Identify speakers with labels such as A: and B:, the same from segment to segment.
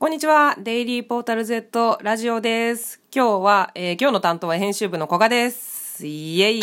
A: こんにちは。デイリーポータル Z ラジオです。今日の担当は編集部の古賀です。イエイ。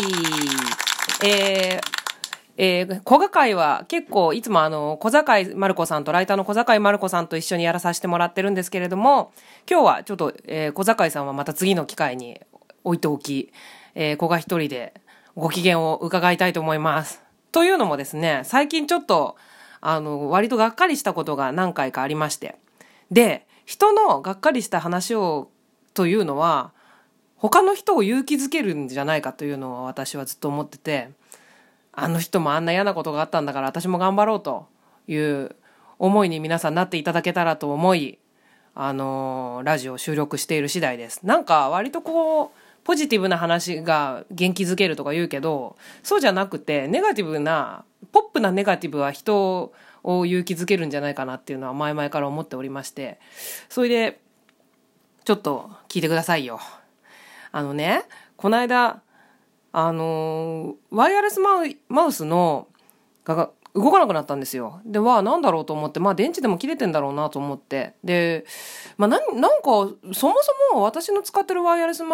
A: 古賀会は結構いつも小坂井まる子さんとライターの小坂井まる子さんと一緒にやらさせてもらってるんですけれども、今日はちょっと、小坂井さんはまた次の機会に置いておき、古賀一人でご機嫌を伺いたいと思います。というのもですね、最近ちょっと割とがっかりしたことが何回かありまして、で、人のがっかりした話をというのは他の人を勇気づけるんじゃないかというのを私はずっと思ってて、あの人もあんな嫌なことがあったんだから私も頑張ろうという思いに皆さんなっていただけたらと思い、ラジオを収録している次第です。なんか割とポジティブな話が元気づけるとか言うけど、そうじゃなくてポップなネガティブは人を勇気づけるんじゃないかなっていうのは前々から思っておりまして、それでちょっと聞いてくださいよ。この間ワイヤレスマウスのが動かなくなったんですよ。でなんだろうと思って、電池でも切れてんだろうなと思って、でなんかそもそも私の使ってるワイヤレスマ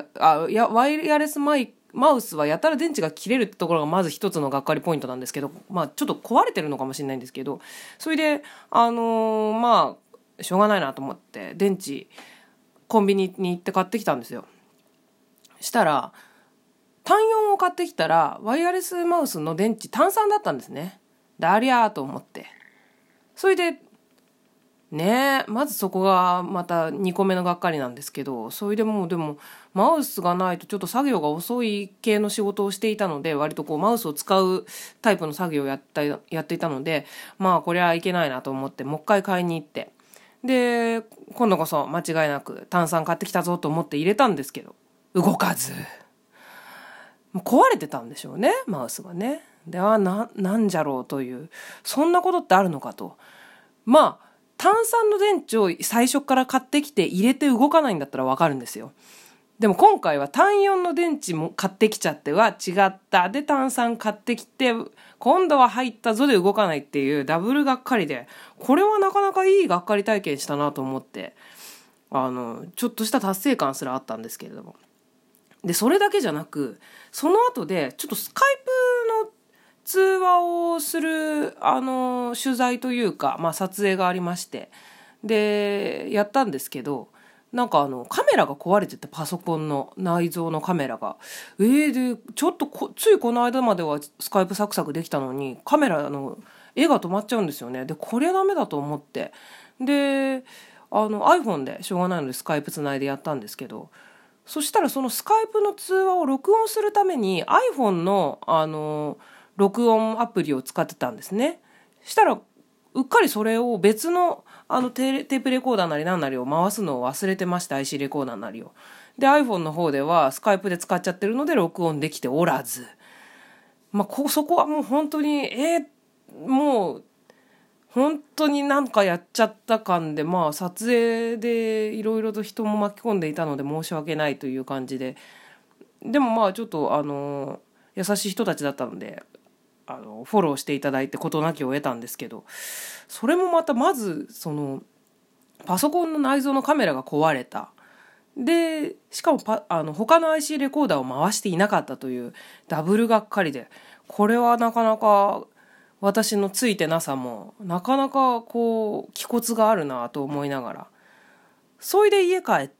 A: ウスはやたら電池が切れるってところがまず一つのがっかりポイントなんですけど、ちょっと壊れてるのかもしれないんですけど、それでしょうがないなと思って電池コンビニに行って買ってきたんですよ。したら単4を買ってきたらワイヤレスマウスの電池単3だったんですね。でありゃーと思って、それでまずそこがまた2個目のがっかりなんですけど、それでもマウスがないとちょっと作業が遅い系の仕事をしていたので、割とマウスを使うタイプの作業をやっていたので、これはいけないなと思ってもう一回買いに行って、で今度こそ間違いなく単3買ってきたぞと思って入れたんですけど、動かず壊れてたんでしょうね、マウスがね。でなんじゃろうという、そんなことってあるのかと。単3の電池を最初から買ってきて入れて動かないんだったらわかるんですよ。でも今回は単4の電池も買ってきちゃっては違った、で単3買ってきて今度は入ったぞで動かないっていうダブルがっかりで、これはなかなかいいがっかり体験したなと思って、ちょっとした達成感すらあったんですけれども、でそれだけじゃなく、その後でちょっとスカイプの通話をする取材というか、撮影がありまして、でやったんですけど、なんかカメラが壊れてて、パソコンの内蔵のカメラがでちょっとついこの間まではスカイプサクサクできたのにカメラの絵が止まっちゃうんですよね。でこれはダメだと思って、でiPhone でしょうがないのでスカイプつないでやったんですけど、そしたらそのスカイプの通話を録音するために iPhone の録音アプリを使ってたんですね。したらうっかりそれを別のテープレコーダーなり何なりを回すのを忘れてました。 IC レコーダーなりを。で iPhone の方ではスカイプで使っちゃってるので録音できておらず、そこはもう本当にもう本当になんかやっちゃった感で、撮影でいろいろと人も巻き込んでいたので申し訳ないという感じで、でもちょっと優しい人たちだったのでフォローしていただいて事なきを得たんですけど、それもまずそのパソコンの内蔵のカメラが壊れた、でしかも他の IC レコーダーを回していなかったというダブルがっかりで、これはなかなか私のついてなさもなかなか気骨があるなと思いながら、それで家帰って、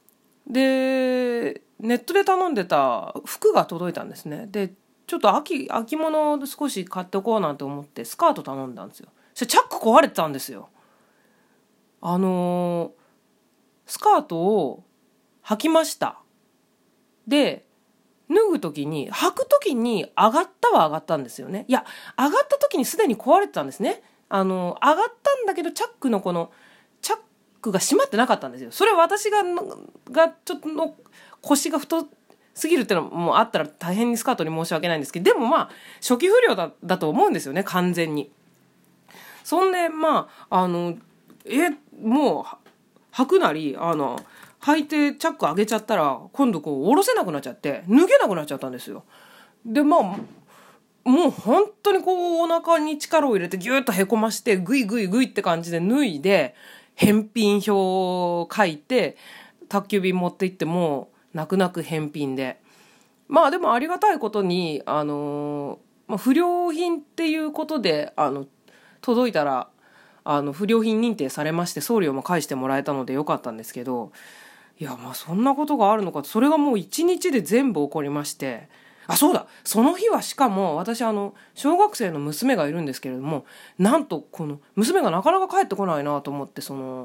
A: でネットで頼んでた服が届いたんですね。でちょっと秋物を少し買っておこうなんて思ってスカート頼んだんですよ。そしてチャック壊れてたんですよ。スカートを履きました。で履く時に上がったんですよね。いや、上がった時にすでに壊れてたんですね。上がったんだけどチャックが閉まってなかったんですよ。それは私がちょっとの腰が太すぎるっていうのもあったら大変にスカートに申し訳ないんですけど、でも初期不良だと思うんですよね、完全に。そんでもう履くなり履いてチャック上げちゃったら今度下ろせなくなっちゃって脱げなくなっちゃったんですよ。でもう本当にお腹に力を入れてギューッとへこましてグイグイグイって感じで脱いで返品表を書いて宅急便持って行っても泣く泣く返品で、まあでもありがたいことに不良品っていうことで届いたら不良品認定されまして送料も返してもらえたのでよかったんですけど、いやまあそんなことがあるのか、それがもう1日で全部起こりまして、そうだ、その日はしかも私小学生の娘がいるんですけれども、なんとこの娘がなかなか帰ってこないなと思って、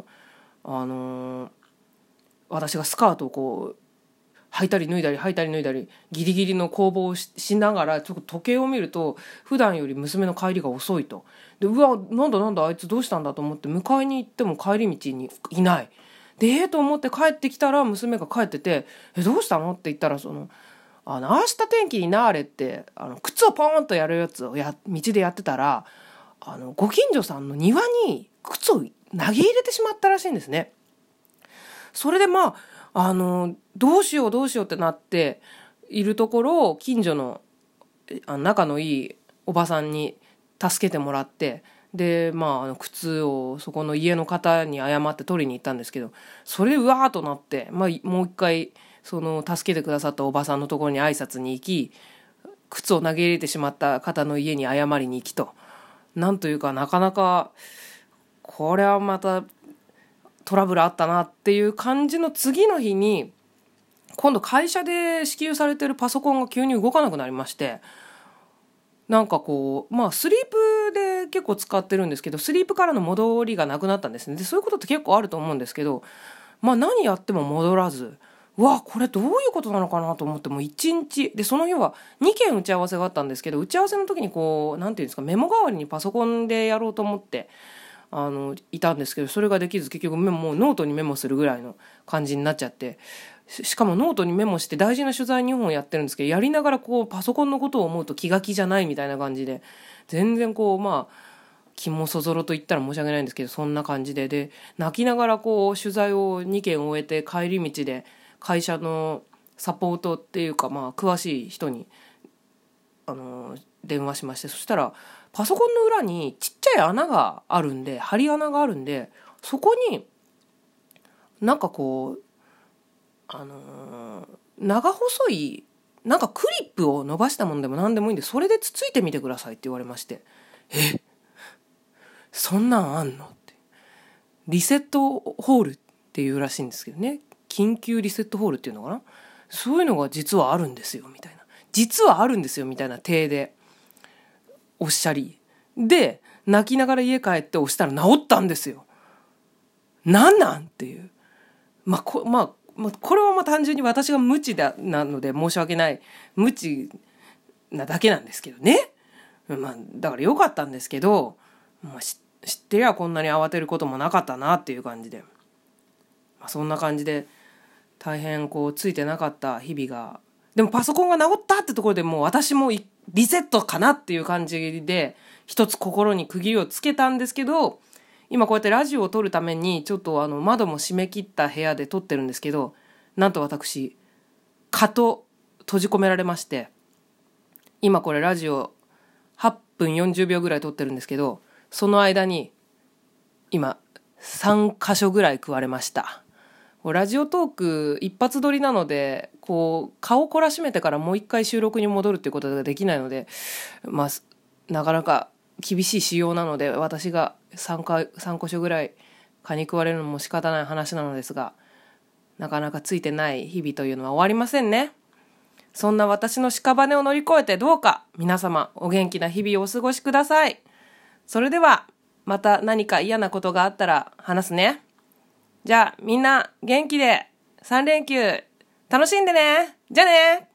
A: 私がスカートをこう履いたり脱いだり履いたり脱いだりギリギリの攻防を しながらちょっと時計を見ると普段より娘の帰りが遅いと。でなんだあいつどうしたんだと思って迎えに行っても帰り道にいない。でと思って帰ってきたら娘が帰ってて、どうしたのって言ったら明日天気になーれって靴をポーンとやるやつを道でやってたらご近所さんの庭に靴を投げ入れてしまったらしいんですね。それでどうしようってなっているところを近所の仲のいいおばさんに助けてもらって、で靴をそこの家の方に謝って取りに行ったんですけど、それでうわーっとなって、もう一回助けてくださったおばさんのところに挨拶に行き、靴を投げ入れてしまった方の家に謝りに行きと、なんというかなかなかこれはまたトラブルあったなっていう感じの次の日に、今度会社で支給されてるパソコンが急に動かなくなりまして、なんかスリープで結構使ってるんですけど、スリープからの戻りがなくなったんですね。でそういうことって結構あると思うんですけど、何やっても戻らず、これどういうことなのかなと思って、もう1日で、その日は2件打ち合わせがあったんですけど、打ち合わせの時になんていうんですか、メモ代わりにパソコンでやろうと思っていたんですけど、それができず結局もうノートにメモするぐらいの感じになっちゃって、しかもノートにメモして大事な取材2本やってるんですけど、やりながらパソコンのことを思うと気が気じゃないみたいな感じで、全然気もそぞろと言ったら申し訳ないんですけど、そんな感じで泣きながら取材を2件終えて帰り道で会社のサポートっていうか詳しい人に電話しまして、そしたらパソコンの裏にちっちゃい穴があるんで、針穴があるんで、そこになんか長細いなんかクリップを伸ばしたものでも何でもいいんで、それでつついてみてくださいって言われまして、そんなんあんのって。リセットホールっていうらしいんですけどね、緊急リセットホールっていうのかな、そういうのが実はあるんですよみたいな、実はあるんですよみたいな体でおっしゃり、で泣きながら家帰って押したら治ったんですよ。なんっていう、これは単純に私が無知なので申し訳ない、無知なだけなんですけどね。だから良かったんですけど、知ってりゃこんなに慌てることもなかったなっていう感じで、そんな感じで大変ついてなかった日々が、でもパソコンが治ったってところでもう私もリセットかなっていう感じで一つ心に区切りをつけたんですけど、今こうやってラジオを撮るためにちょっと窓も閉め切った部屋で撮ってるんですけど、なんと私蚊と閉じ込められまして、今これラジオ8分40秒ぐらい撮ってるんですけど、その間に今3箇所ぐらい食われました。ラジオトーク一発撮りなので顔凝らしめてからもう一回収録に戻るっていうことができないので、なかなか厳しい仕様なので、私が3箇所ぐらい蚊に食われるのも仕方ない話なのですが、なかなかついてない日々というのは終わりませんね。そんな私の屍を乗り越えてどうか皆様お元気な日々をお過ごしください。それではまた何か嫌なことがあったら話すね。じゃあみんな元気で3連休楽しんでね。じゃあね。